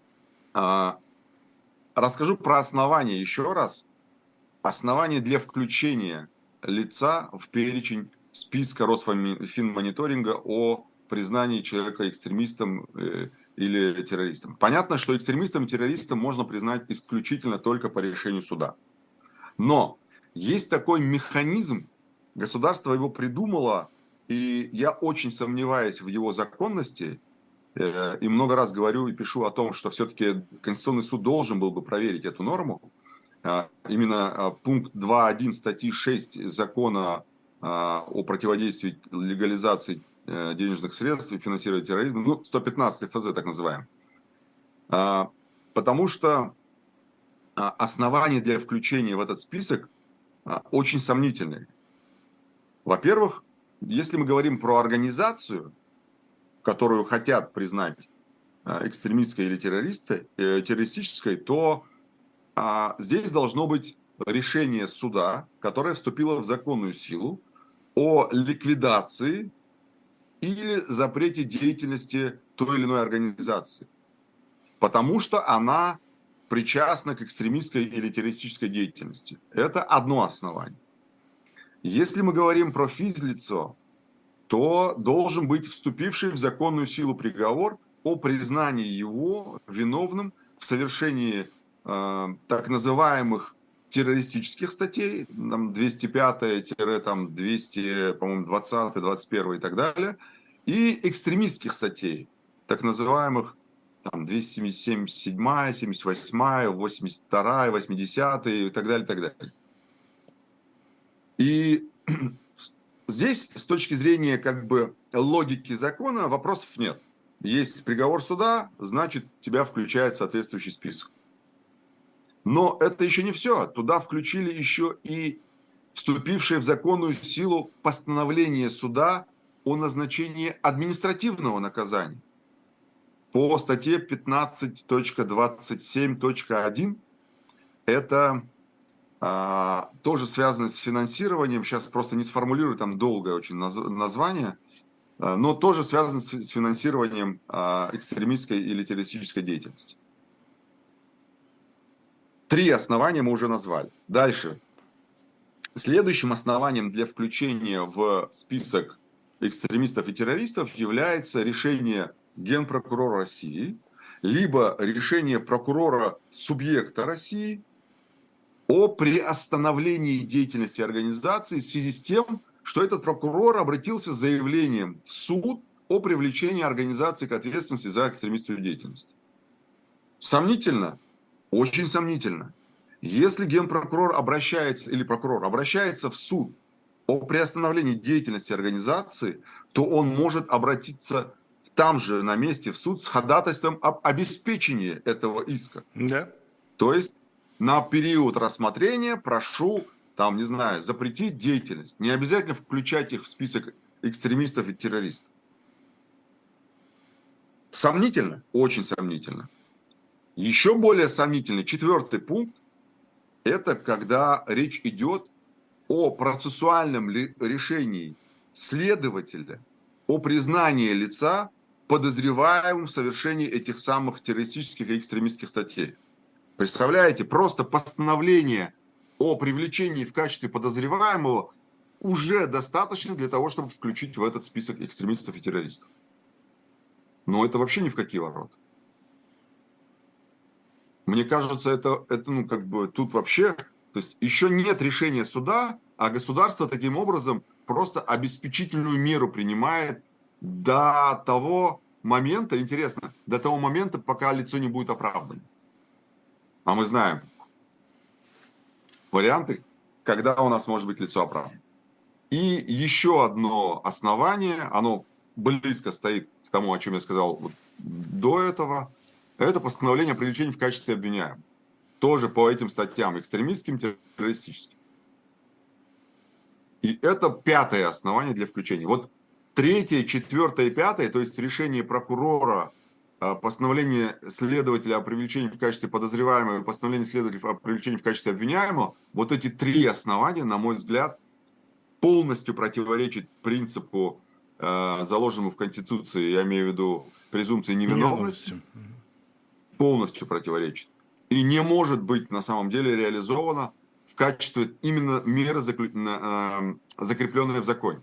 а, расскажу про основания еще раз. Основания для включения лица в перечень списка Росфинмониторинга о признании человека экстремистом э, или террористом. Понятно, что экстремистом и террористом можно признать исключительно только по решению суда. Но есть такой механизм, государство его придумало, и я очень сомневаюсь в его законности, э, и много раз говорю и пишу о том, что все-таки Конституционный суд должен был бы проверить эту норму. А, Именно а, пункт два точка один статьи шесть закона а, о противодействии легализации э, денежных средств и финансированию терроризма, ну, сто пятнадцать эф зэ так называемый. А, Потому что а, основания для включения в этот список а, очень сомнительные. Во-первых, если мы говорим про организацию, которую хотят признать а, экстремистской или террористской, э, террористической, то А здесь должно быть решение суда, которое вступило в законную силу о ликвидации или запрете деятельности той или иной организации, потому что она причастна к экстремистской или террористической деятельности. Это одно основание. Если мы говорим про физлицо, то должен быть вступивший в законную силу приговор о признании его виновным в совершении э, так называемых террористических статей, там двести пятая-двести, по-моему, двадцатая, двадцать первая и так далее, и экстремистских статей, так называемых там двести семьдесят седьмая, семьдесят восьмая, восемьдесят вторая, восьмидесятая и так далее, и так далее. И здесь, с точки зрения как бы логики закона, вопросов нет. Есть приговор суда, значит, тебя включает в соответствующий список. Но это еще не все. Туда включили еще и вступившее в законную силу постановление суда о назначении административного наказания. По статье пятнадцать точка двадцать семь точка один это а, тоже связано с финансированием. Сейчас просто не сформулирую, там долгое очень название, но тоже связано с финансированием а, экстремистской или террористической деятельности. Три основания мы уже назвали. Дальше. Следующим основанием для включения в список экстремистов и террористов является решение Генпрокурора России, либо решение прокурора субъекта России о приостановлении деятельности организации в связи с тем, что этот прокурор обратился с заявлением в суд о привлечении организации к ответственности за экстремистскую деятельность. Сомнительно? Очень сомнительно. Если генпрокурор обращается, или прокурор обращается в суд о приостановлении деятельности организации, то он может обратиться там же на месте в суд с ходатайством об обеспечении этого иска. Да. То есть на период рассмотрения прошу, там, не знаю, запретить деятельность. Не обязательно включать их в список экстремистов и террористов. Сомнительно? Очень сомнительно. Еще более сомнительный четвертый пункт – это когда речь идет о процессуальном решении следователя о признании лица подозреваемым в совершении этих самых террористических и экстремистских статей. Представляете, просто постановление о привлечении в качестве подозреваемого уже достаточно для того, чтобы включить в этот список экстремистов и террористов. Но это вообще ни в какие ворота. Мне кажется, это, это ну, как бы тут вообще, то есть еще нет решения суда, а государство таким образом просто обеспечительную меру принимает до того момента, интересно, до того момента, пока лицо не будет оправдано. А мы знаем варианты, когда у нас может быть лицо оправдано. И еще одно основание, оно близко стоит к тому, о чем я сказал вот до этого, это постановление о привлечении в качестве обвиняемого. Тоже по этим статьям, экстремистским, террористическим. И это пятое основание для включения. Вот третье, четвертое и пятое, то есть решение прокурора, постановление следователя о привлечении в качестве подозреваемого и постановление следователя о привлечении в качестве обвиняемого, вот эти три основания, на мой взгляд, полностью противоречат принципу, заложенному в Конституции, я имею в виду презумпции невиновности, полностью противоречит. И не может быть на самом деле реализовано в качестве именно меры, закрепленной в законе.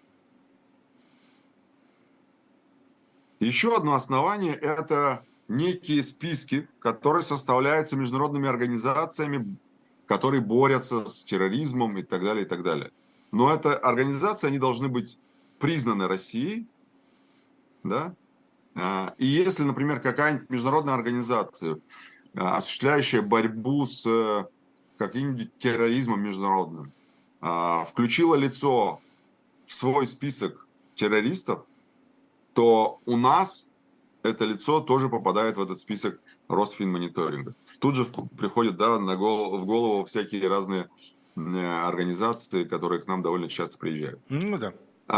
Еще одно основание – это некие списки, которые составляются международными организациями, которые борются с терроризмом и так далее, и так далее. Но это организации, они должны быть признаны Россией, да? И если, например, какая-нибудь международная организация, осуществляющая борьбу с каким-нибудь терроризмом международным, включила лицо в свой список террористов, то у нас это лицо тоже попадает в этот список Росфинмониторинга. Тут же приходят, да, на голову, в голову всякие разные организации, которые к нам довольно часто приезжают. Ну да.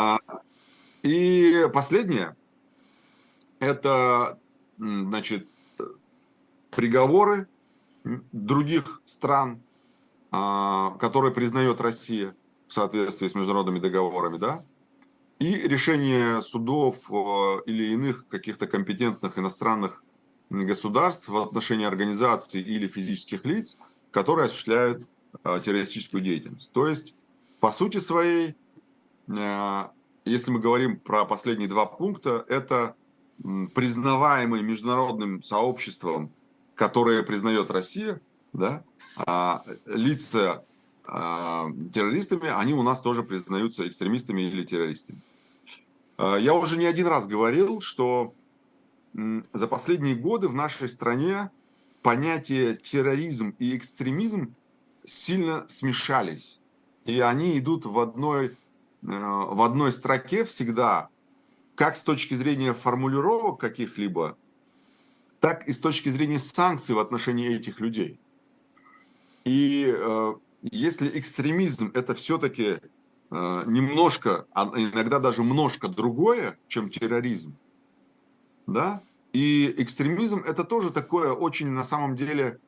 И последнее. Это, значит, приговоры других стран, которые признает Россия в соответствии с международными договорами, да, и решения судов или иных каких-то компетентных иностранных государств в отношении организаций или физических лиц, которые осуществляют террористическую деятельность. То есть, по сути своей, если мы говорим про последние два пункта, это признаваемые международным сообществом которые признает Россия, да, а лица а, террористами, они у нас тоже признаются экстремистами или террористами. Я уже не один раз говорил, что за последние годы в нашей стране понятия терроризм и экстремизм сильно смешались. И они идут в одной, в одной строке всегда, как с точки зрения формулировок каких-либо, так и с точки зрения санкций в отношении этих людей. И э, если экстремизм это все-таки э, немножко, а иногда даже немножко другое, чем терроризм, да, и экстремизм это тоже такое очень на самом деле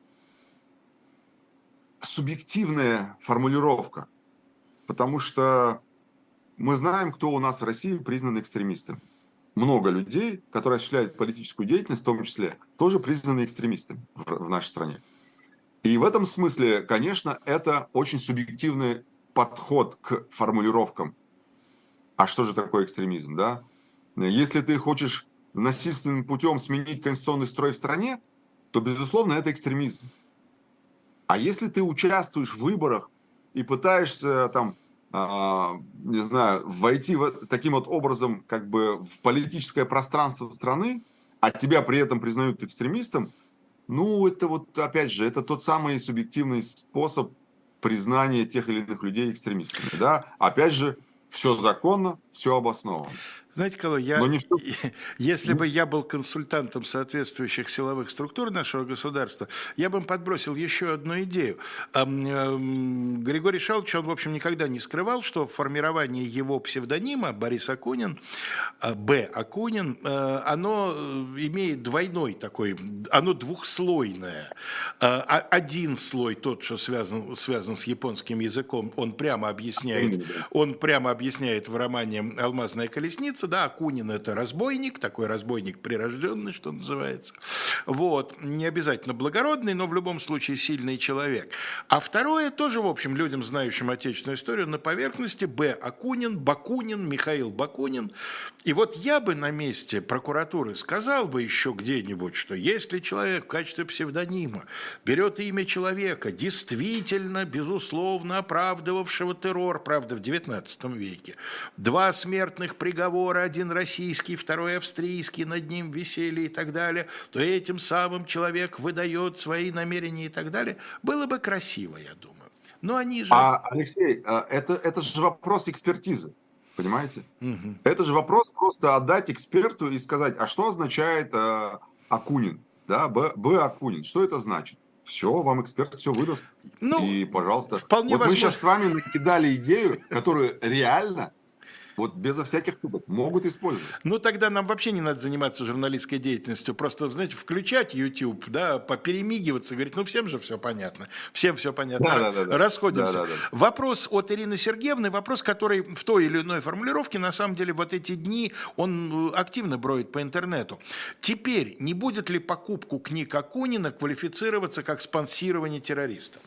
субъективная формулировка, потому что мы знаем, кто у нас в России признан экстремистом. Много людей, которые осуществляют политическую деятельность, в том числе, тоже признаны экстремистами в, в нашей стране. И в этом смысле, конечно, это очень субъективный подход к формулировкам. А что же такое экстремизм, да? Если ты хочешь насильственным путем сменить конституционный строй в стране, то, безусловно, это экстремизм. А если ты участвуешь в выборах и пытаешься там, а, не знаю, войти в, таким вот образом как бы в политическое пространство страны, а тебя при этом признают экстремистом, ну, это вот, опять же, это тот самый субъективный способ признания тех или иных людей экстремистами, да? Опять же, все законно, все обосновано. Знаете, Калой, я, Но не все... если бы я был консультантом соответствующих силовых структур нашего государства, я бы им подбросил еще одну идею. Григорий Шалович, он, в общем, никогда не скрывал, что формирование его псевдонима Борис Акунин, Б. Акунин, оно имеет двойной такой, оно двухслойное. Один слой, тот, что связан, связан с японским языком, он прямо объясняет, он прямо объясняет в романе «Алмазная колесница». Да, Акунин – это разбойник, такой разбойник прирожденный, что называется. Вот, не обязательно благородный, но в любом случае сильный человек. А второе, тоже, в общем, людям, знающим отечественную историю, на поверхности Б. Акунин, Бакунин, Михаил Бакунин. И вот я бы на месте прокуратуры сказал бы еще где-нибудь, что если человек в качестве псевдонима берет имя человека, действительно, безусловно, оправдывавшего террор, правда, в девятнадцатом веке, два смертных приговора, один российский, второй австрийский, над ним висели и так далее, то этим самым человек выдает свои намерения и так далее, было бы красиво, я думаю. Но они же... А, Алексей, это, это же вопрос экспертизы, понимаете? Угу. Это же вопрос просто отдать эксперту и сказать, а что означает э, Акунин, да, Б, Б. Акунин, что это значит? Все, вам эксперт все выдаст. Ну, и, пожалуйста. Вполне вот возможно. Мы сейчас с вами накидали идею, которую реально... Вот безо всяких шуток могут использовать. Ну, тогда нам вообще не надо заниматься журналистской деятельностью. Просто, знаете, включать YouTube, да, поперемигиваться, говорить, ну, всем же все понятно. Всем все понятно. Да, да, да, расходимся. Да, да, да. Вопрос от Ирины Сергеевны, вопрос, который в той или иной формулировке, на самом деле, вот эти дни, он активно броет по интернету. Теперь, не будет ли покупку книг Акунина квалифицироваться как спонсирование террористов?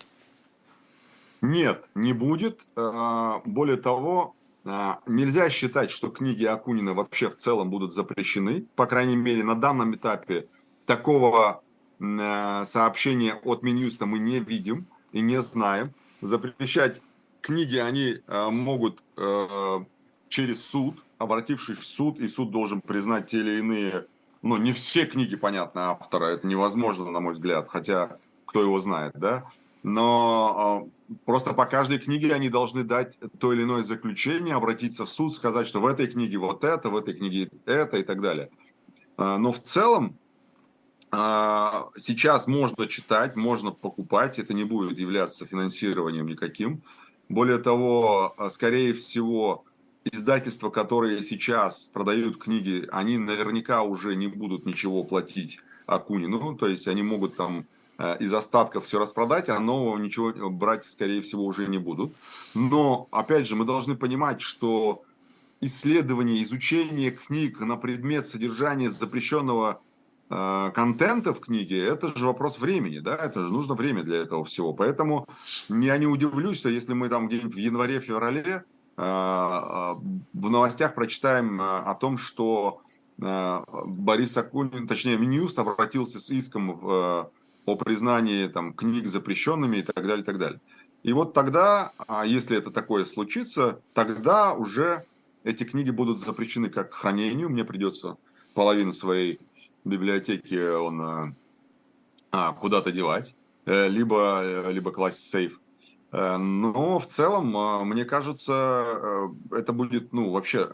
Нет, не будет. Более того, нельзя считать, что книги Акунина вообще в целом будут запрещены. По крайней мере, на данном этапе такого сообщения от Минюста мы не видим и не знаем. Запрещать книги они могут через суд, обратившись в суд, и суд должен признать те или иные, ну, не все книги, понятно, автора, это невозможно, на мой взгляд, хотя кто его знает, да, но просто по каждой книге они должны дать то или иное заключение, обратиться в суд, сказать, что в этой книге вот это, в этой книге это и так далее. Но в целом сейчас можно читать, можно покупать, это не будет являться финансированием никаким. Более того, скорее всего, издательства, которые сейчас продают книги, они наверняка уже не будут ничего платить Акунину, то есть они могут там из остатков все распродать, а нового ничего брать, скорее всего, уже не будут. Но, опять же, мы должны понимать, что исследование, изучение книг на предмет содержания запрещенного э, контента в книге, это же вопрос времени, да, это же нужно время для этого всего. Поэтому я не удивлюсь, что если мы там где-нибудь в январе-феврале э, э, в новостях прочитаем э, о том, что э, Борис Акунин, точнее, Минюст обратился с иском в о признании там, книг запрещенными и так далее, и так далее. И вот тогда, если это такое случится, тогда уже эти книги будут запрещены как к хранению. Мне придется половину своей библиотеки он, а, куда-то девать, либо, либо класть в сейф. Но в целом, мне кажется, это будет, ну, вообще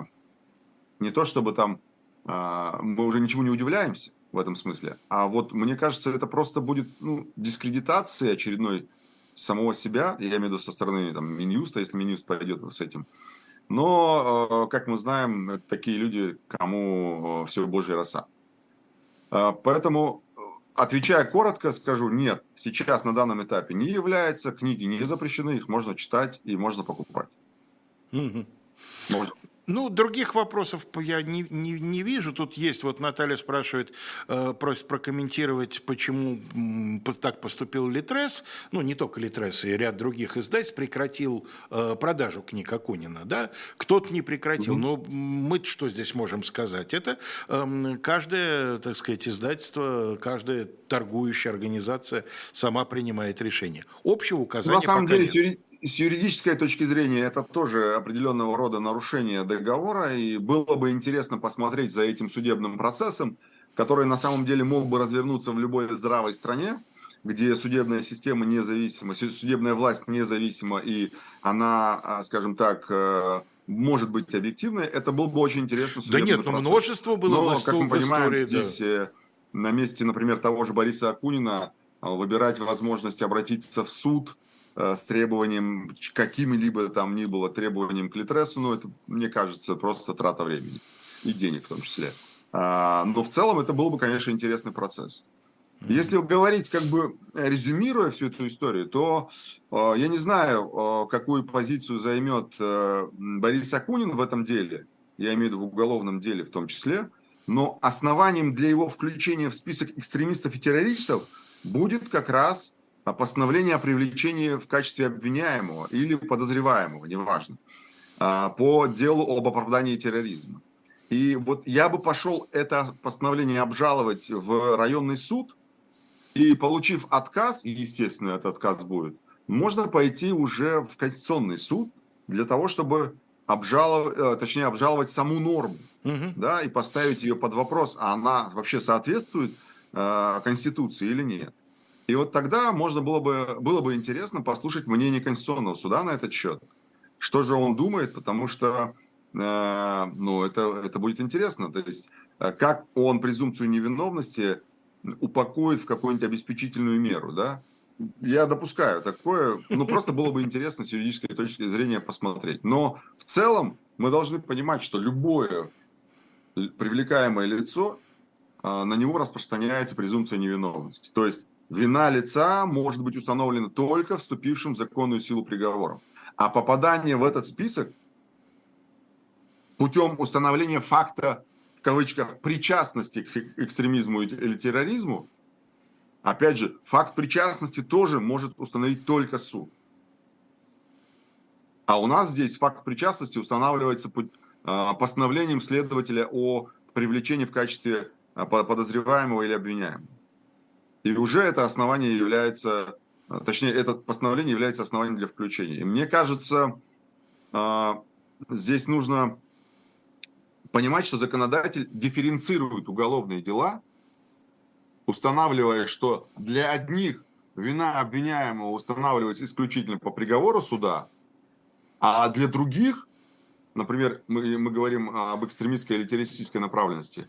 не то, чтобы там мы уже ничему не удивляемся в этом смысле, а вот мне кажется, это просто будет, ну, дискредитация очередной самого себя, я имею в виду со стороны там, Минюста, если Минюст пойдет с этим. Но, как мы знаем, это такие люди, кому все Божья роса. Поэтому, отвечая коротко, скажу, нет, сейчас на данном этапе не является, книги не запрещены, их можно читать и можно покупать. Угу. Можно. Ну, других вопросов я не, не, не вижу. Тут есть, вот Наталья спрашивает, э, просит прокомментировать, почему м, так поступил Литрес, ну, не только Литрес, и ряд других издательств прекратил э, продажу книг Акунина, да, кто-то не прекратил, Мгм. но мы что здесь можем сказать? Это э, каждое, так сказать, издательство, каждая торгующая организация сама принимает решение. Общего На указания самом пока деле, нет. с юри- с юридической точки зрения, это тоже определенного рода нарушение договора, и было бы интересно посмотреть за этим судебным процессом, который на самом деле мог бы развернуться в любой здравой стране, где судебная система независима, су- судебная власть независима, и она, а, скажем так, э, может быть объективной. Это был бы очень интересный Да судебный нет, ну процесс. множество было в, Но, как исто- мы в понимаем, истории, да. здесь э, на месте, например, того же Бориса Акунина а, выбирать возможность обратиться в суд э, с требованием, какими-либо там ни было требованием к Литресу, ну, это, мне кажется, просто трата времени и денег в том числе. А, но в целом это был бы, конечно, интересный процесс. Если говорить, как бы резюмируя всю эту историю, то э, я не знаю, э, какую позицию займет э, Борис Акунин в этом деле, я имею в виду в уголовном деле в том числе, но основанием для его включения в список экстремистов и террористов будет как раз а, постановление о привлечении в качестве обвиняемого или подозреваемого, неважно, а, по делу об оправдании терроризма. И вот я бы пошел это постановление обжаловать в районный суд, и получив отказ, и естественно этот отказ будет, можно пойти уже в Конституционный суд для того, чтобы обжаловать, точнее обжаловать саму норму, Мгм. да, и поставить ее под вопрос, а она вообще соответствует э, Конституции или нет. И вот тогда можно было бы, было бы интересно послушать мнение Конституционного суда на этот счет. Что же он думает, потому что э, ну, это, это будет интересно. То есть, э, как он презумпцию невиновности упакует в какую-нибудь обеспечительную меру, да? Я допускаю такое, но просто было бы интересно с юридической точки зрения посмотреть. Но в целом мы должны понимать, что любое привлекаемое лицо, а, на него распространяется презумпция невиновности. То есть вина лица может быть установлена только вступившим в законную силу приговором. А попадание в этот список путем установления факта, в кавычках, причастности к экстремизму или терроризму, опять же, факт причастности тоже может установить только суд. А у нас здесь факт причастности устанавливается постановлением следователя о привлечении в качестве подозреваемого или обвиняемого. И уже это основание является, точнее, это постановление является основанием для включения. И мне кажется, здесь нужно понимать, что законодатель дифференцирует уголовные дела, устанавливая, что для одних вина обвиняемого устанавливается исключительно по приговору суда, а для других, например, мы, мы говорим об экстремистской или террористической направленности,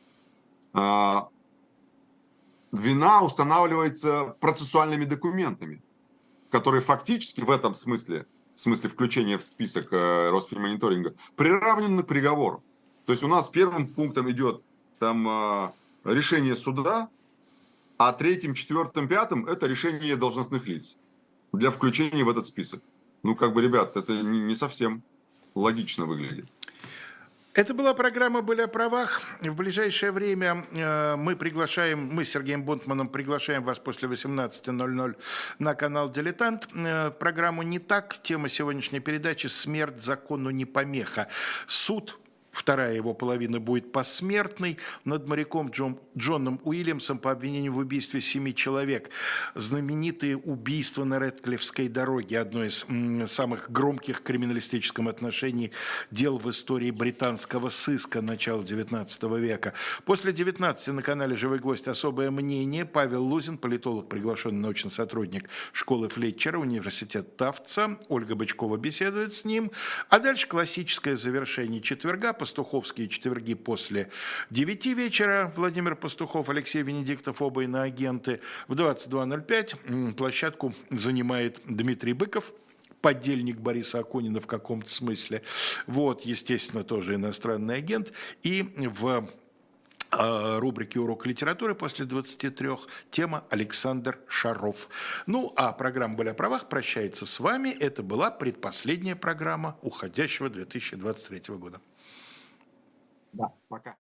вина устанавливается процессуальными документами, которые фактически в этом смысле, в смысле включения в список Росфинмониторинга, приравнены к приговору. То есть у нас первым пунктом идет там решение суда, а третьим, четвертым, пятым это решение должностных лиц для включения в этот список. Ну, как бы, ребят, это не совсем логично выглядит. Это была программа «Были о правах». В ближайшее время э, мы приглашаем, мы с Сергеем Бунтманом приглашаем вас после восемнадцати ноль-ноль на канал «Дилетант». Э, программу «Не так». Тема сегодняшней передачи «Смерть закону не помеха». Суд Вторая его половина будет посмертной над моряком Джон, Джоном Уильямсом по обвинению в убийстве семи человек. Знаменитые убийства на Рэдклиффской дороге, одно из м, самых громких в криминалистическом отношении дел в истории британского сыска начала девятнадцатого века. После девятнадцати на канале «Живой гвоздь» особое мнение. Павел Лузин, политолог, приглашенный научный сотрудник школы Флетчера, университет Тафтса. Ольга Бычкова беседует с ним. А дальше классическое завершение четверга. Пастуховские четверги после девяти вечера. Владимир Пастухов, Алексей Венедиктов, оба иноагенты. В двадцать два ноль пять площадку занимает Дмитрий Быков, подельник Бориса Акунина в каком-то смысле. Вот, естественно, тоже иностранный агент. И в рубрике «Урок литературы» после двадцати трёх тема Александр Шаров. Ну, а программа «Были о правах» прощается с вами. Это была предпоследняя программа уходящего две тысячи двадцать третьего года. Да, пока.